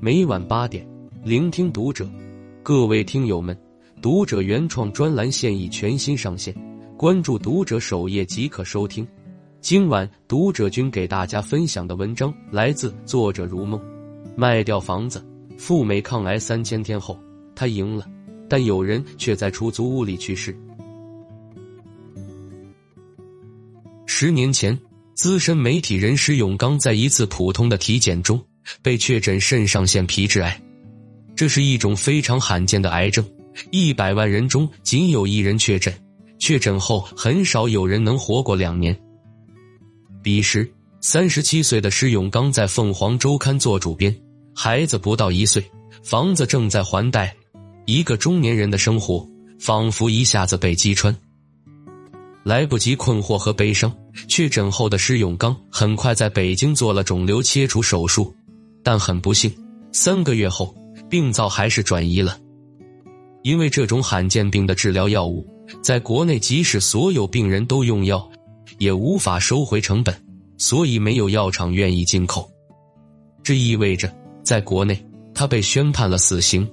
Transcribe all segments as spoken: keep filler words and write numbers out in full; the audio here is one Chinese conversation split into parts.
每晚八点，聆听读者。各位听友们，读者原创专栏现已全新上线，关注读者首页即可收听。今晚读者君给大家分享的文章来自作者如梦。卖掉房子，赴美抗癌三千天后，他赢了，但有人却在出租屋里去世。十年前，资深媒体人施永刚在一次普通的体检中被确诊肾上腺皮质癌，这是一种非常罕见的癌症，一百万人中仅有一人确诊，确诊后很少有人能活过两年。彼时三十七岁的施永刚在凤凰周刊做主编，孩子不到一岁，房子正在还贷，一个中年人的生活仿佛一下子被击穿。来不及困惑和悲伤，确诊后的施永刚很快在北京做了肿瘤切除手术，但很不幸，三个月后病灶还是转移了。因为这种罕见病的治疗药物在国内即使所有病人都用药，也无法收回成本，所以没有药厂愿意进口。这意味着在国内他被宣判了死刑。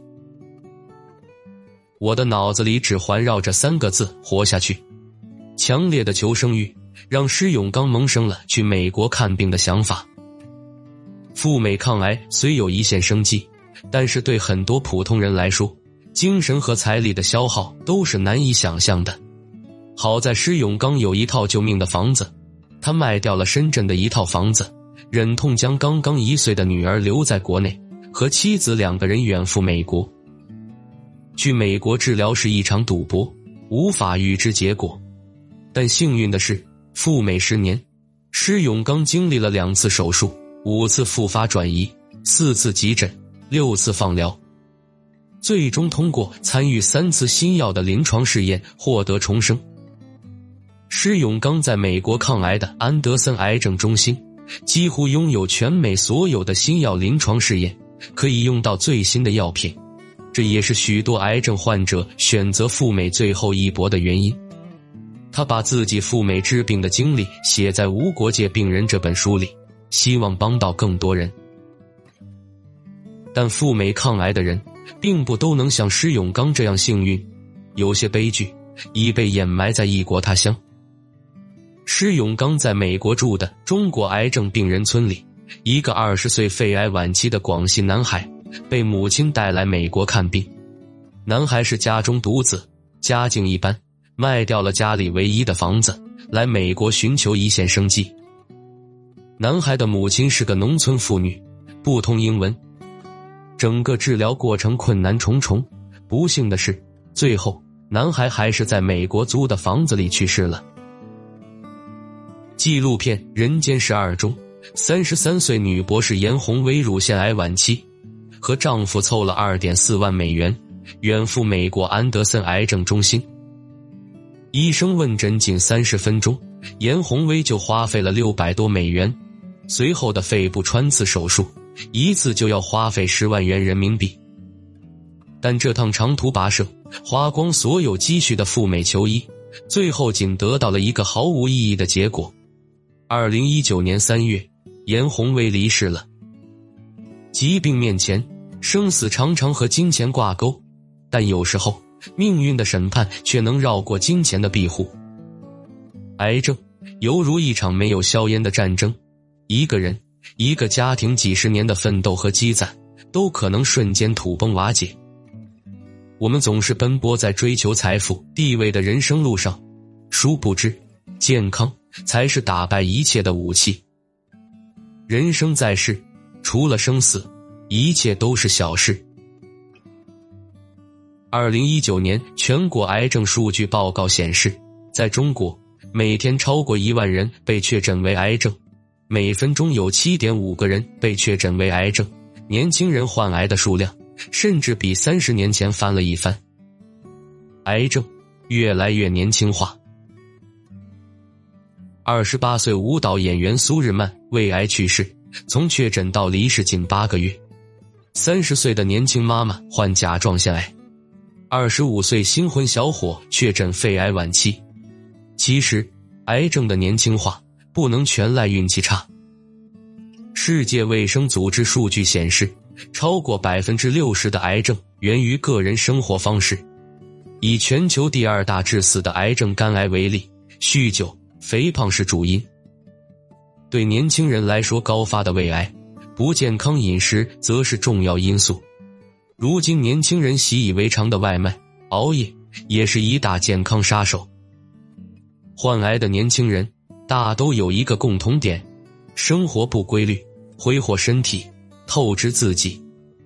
我的脑子里只环绕着三个字：活下去。强烈的求生欲让施永刚萌生了去美国看病的想法。赴美抗癌虽有一线生机，但是对很多普通人来说，精神和财力的消耗都是难以想象的。好在施永刚有一套救命的房子，他卖掉了深圳的一套房子，忍痛将刚刚一岁的女儿留在国内，和妻子两个人远赴美国。去美国治疗是一场赌博，无法预知结果。但幸运的是，赴美十年，施永刚经历了两次手术，五次复发转移，四次急诊，六次放疗，最终通过参与三次新药的临床试验获得重生。施永刚在美国抗癌的安德森癌症中心几乎拥有全美所有的新药临床试验，可以用到最新的药品，这也是许多癌症患者选择赴美最后一搏的原因。他把自己赴美治病的经历写在《无国界病人》这本书里，希望帮到更多人。但赴美抗癌的人并不都能像施永刚这样幸运，有些悲剧已被掩埋在异国他乡。施永刚在美国住的中国癌症病人村里，一个二十岁肺癌晚期的广西男孩被母亲带来美国看病。男孩是家中独子，家境一般，卖掉了家里唯一的房子，来美国寻求一线生机。男孩的母亲是个农村妇女，不通英文，整个治疗过程困难重重。不幸的是，最后男孩还是在美国租的房子里去世了。纪录片《人间十二》中，三十三岁女博士严红薇乳腺癌晚期，和丈夫凑了 二点四万美元，远赴美国安德森癌症中心。医生问诊仅三十分钟，严红薇就花费了六百多美元。随后的肺部穿刺手术，一次就要花费十万元人民币。但这趟长途跋涉，花光所有积蓄的赴美求医，最后仅得到了一个毫无意义的结果。二零一九年三月，严红薇离世了。疾病面前，生死常常和金钱挂钩，但有时候命运的审判却能绕过金钱的庇护。癌症犹如一场没有硝烟的战争，一个人，一个家庭几十年的奋斗和积攒，都可能瞬间土崩瓦解。我们总是奔波在追求财富、地位的人生路上，殊不知，健康才是打败一切的武器。人生在世，除了生死，一切都是小事。二零一九年全国癌症数据报告显示，在中国，每天超过一万人被确诊为癌症，每分钟有 七点五个人被确诊为癌症，年轻人患癌的数量甚至比三十年前翻了一番。癌症越来越年轻化。二十八岁舞蹈演员苏日曼为癌去世，从确诊到离世仅八个月。三十岁的年轻妈妈患甲状腺癌。二十五岁新婚小伙确诊肺癌晚期。其实，癌症的年轻化不能全赖运气差。世界卫生组织数据显示， 超过 百分之六十 的癌症源于个人生活方式。以全球第二大致死的癌症肝癌为例，酗酒、肥胖是主因。对年轻人来说，高发的胃癌，不健康饮食则是重要因素。如今年轻人习以为常的外卖、熬夜也是一大健康杀手。患癌的年轻人大都有一个共同点，生活不规律，挥霍身体，透支自己。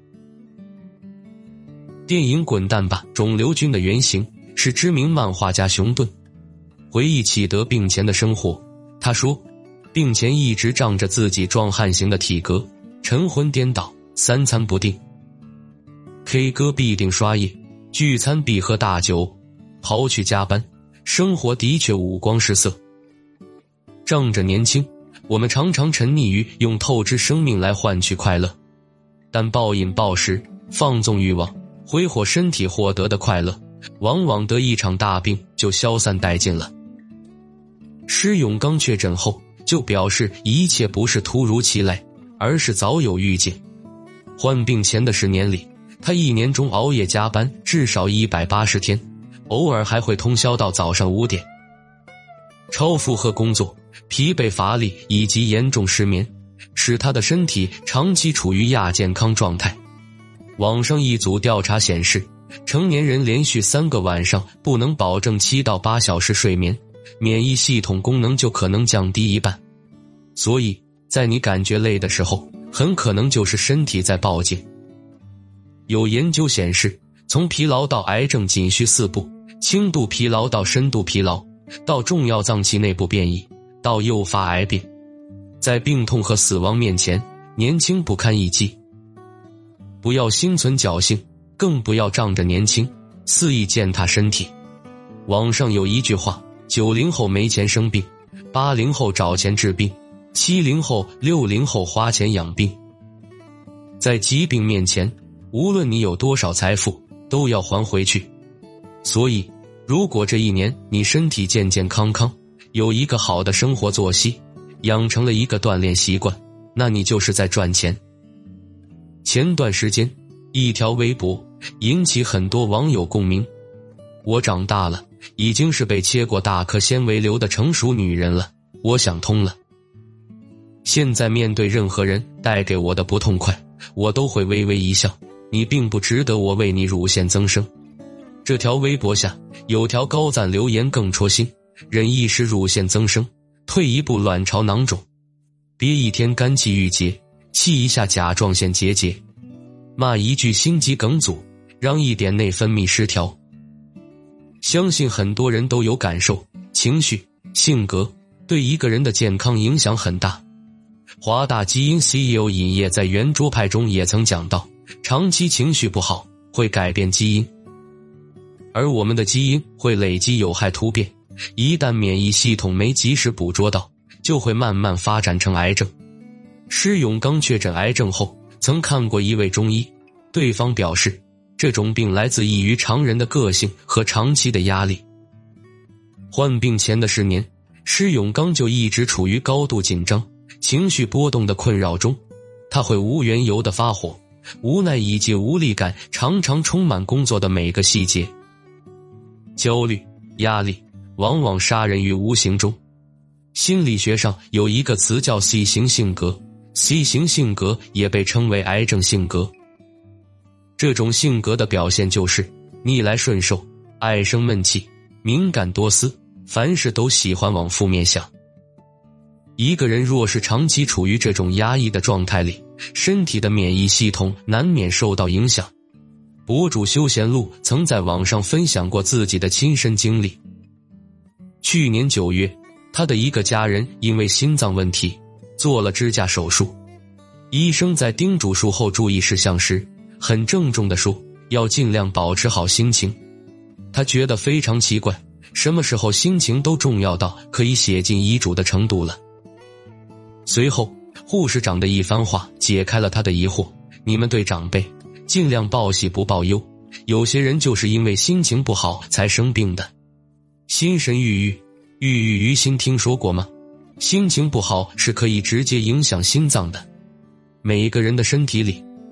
电影《滚蛋吧，肿瘤君》的原型是知名漫画家熊顿。回忆起得病前的生活，他说，病前一直仗着自己壮汉型的体格，晨昏颠倒，三餐不定。K 歌必定刷夜，聚餐必喝大酒，刨去加班，生活的确五光十色。仗着年轻，我们常常沉溺于用透支生命来换取快乐，但暴饮暴食，放纵欲望，挥霍身体获得的快乐，往往得一场大病就消散殆尽了。施永刚确诊后就表示，一切不是突如其来，而是早有预警。患病前的十年里，他一年中熬夜加班至少一百八十天，偶尔还会通宵到早上五点。超负荷工作、疲惫乏力以及严重失眠，使他的身体长期处于亚健康状态。网上一组调查显示，成年人连续三个晚上不能保证七到八小时睡眠，免疫系统功能就可能降低一半。所以，在你感觉累的时候，很可能就是身体在报警。有研究显示，从疲劳到癌症仅需四步，轻度疲劳到深度疲劳，到重要脏器内部变异，到诱发癌病。在病痛和死亡面前，年轻不堪一击。不要心存侥幸，更不要仗着年轻肆意践踏身体。网上有一句话，九零后没钱生病，八零后找钱治病，七零后、六零后花钱养病。在疾病面前，无论你有多少财富，都要还回去。所以，如果这一年你身体健健康康，有一个好的生活作息，养成了一个锻炼习惯，那你就是在赚钱。前段时间，一条微博引起很多网友共鸣。我长大了，已经是被切过大颗纤维瘤的成熟女人了，我想通了。现在面对任何人带给我的不痛快，我都会微微一笑，你并不值得我为你乳腺增生。这条微博下有条高赞留言更戳心，忍一时乳腺增生，退一步卵巢囊肿，憋一天肝气郁结，气一下甲状腺结节，骂一句心肌梗阻，让一点内分泌失调。相信很多人都有感受，情绪、性格对一个人的健康影响很大。华大基因 C E O 尹烨在圆桌派中也曾讲到，长期情绪不好会改变基因，而我们的基因会累积有害突变，一旦免疫系统没及时捕捉到，就会慢慢发展成癌症。施永刚确诊癌症后，曾看过一位中医，对方表示，这种病来自异于常人的个性和长期的压力。患病前的十年，施永刚就一直处于高度紧张、情绪波动的困扰中，他会无缘由的发火，无奈以及无力感常常充满工作的每个细节。焦虑、压力往往杀人于无形中。心理学上有一个词叫 C 型性格， C 型性格也被称为癌症性格。这种性格的表现就是逆来顺受、爱生闷气、敏感多思，凡事都喜欢往负面想。一个人若是长期处于这种压抑的状态里，身体的免疫系统难免受到影响。博主休闲路曾在网上分享过自己的亲身经历。去年九月，他的一个家人因为心脏问题做了支架手术，医生在叮嘱术后注意事项时，很郑重地说要尽量保持好心情。他觉得非常奇怪，什么时候心情都重要到可以写进遗嘱的程度了。随后，护士长的一番话解开了他的疑惑，你们对长辈尽量报喜不报忧，有些人就是因为心情不好才生病的。心神郁郁，郁郁于心听说过吗？心情不好是可以直接影响心脏的。每个人的身体里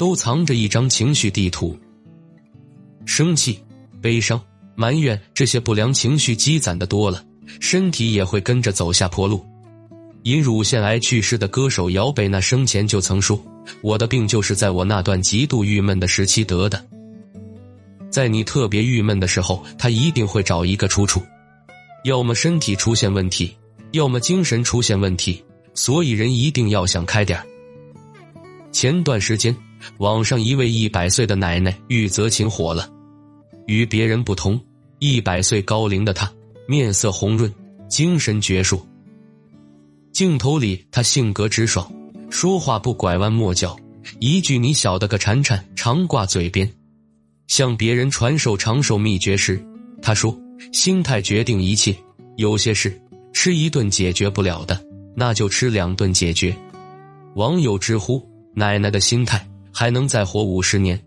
都藏着一张情绪地图。生气、悲伤、埋怨这些不良情绪积攒的多了，身体也会跟着走下坡路。因乳腺癌去世的歌手姚贝娜生前就曾说，我的病就是在我那段极度郁闷的时期得的。在你特别郁闷的时候，他一定会找一个出处，要么身体出现问题，要么精神出现问题，所以人一定要想开点。前段时间网上一位一百岁的奶奶玉泽琴火了，与别人不同，一百岁高龄的她面色红润，精神矍铄。镜头里她性格直爽，说话不拐弯抹角，一句你晓得个铲铲常挂嘴边。向别人传授长寿秘诀时，她说，心态决定一切，有些事吃一顿解决不了的，那就吃两顿解决。网友直呼，奶奶的心态还能再活五十年。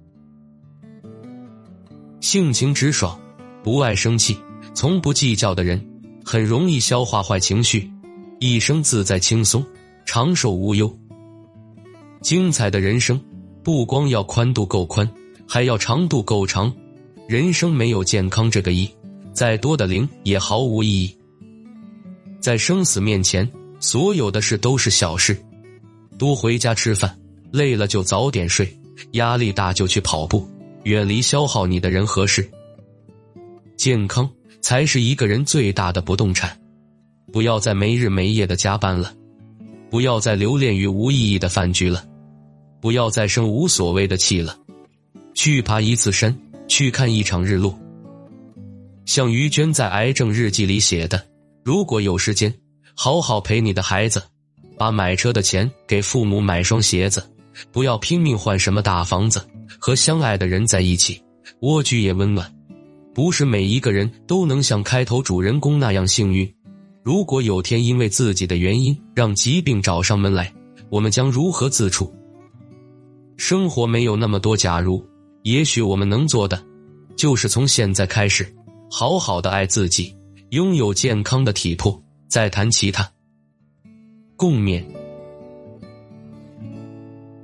性情直爽，不爱生气，从不计较的人，很容易消化坏情绪，一生自在轻松，长寿无忧。精彩的人生不光要宽度够宽，还要长度够长。人生没有健康这个一，再多的零也毫无意义。在生死面前，所有的事都是小事。多回家吃饭，累了就早点睡，压力大就去跑步，远离消耗你的人和事。健康才是一个人最大的不动产。不要再没日没夜的加班了，不要再留恋于无意义的饭局了，不要再生无所谓的气了，去爬一次山，去看一场日落。像于娟在癌症日记里写的，如果有时间，好好陪你的孩子，把买车的钱给父母买双鞋子，不要拼命换什么大房子，和相爱的人在一起，蜗居也温暖。不是每一个人都能像开头主人公那样幸运，如果有天因为自己的原因让疾病找上门来，我们将如何自处？生活没有那么多假如，也许我们能做的就是从现在开始好好的爱自己，拥有健康的体魄，再谈其他。共勉。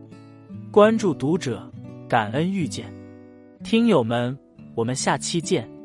关注读者，感恩遇见。听友们，我们下期见。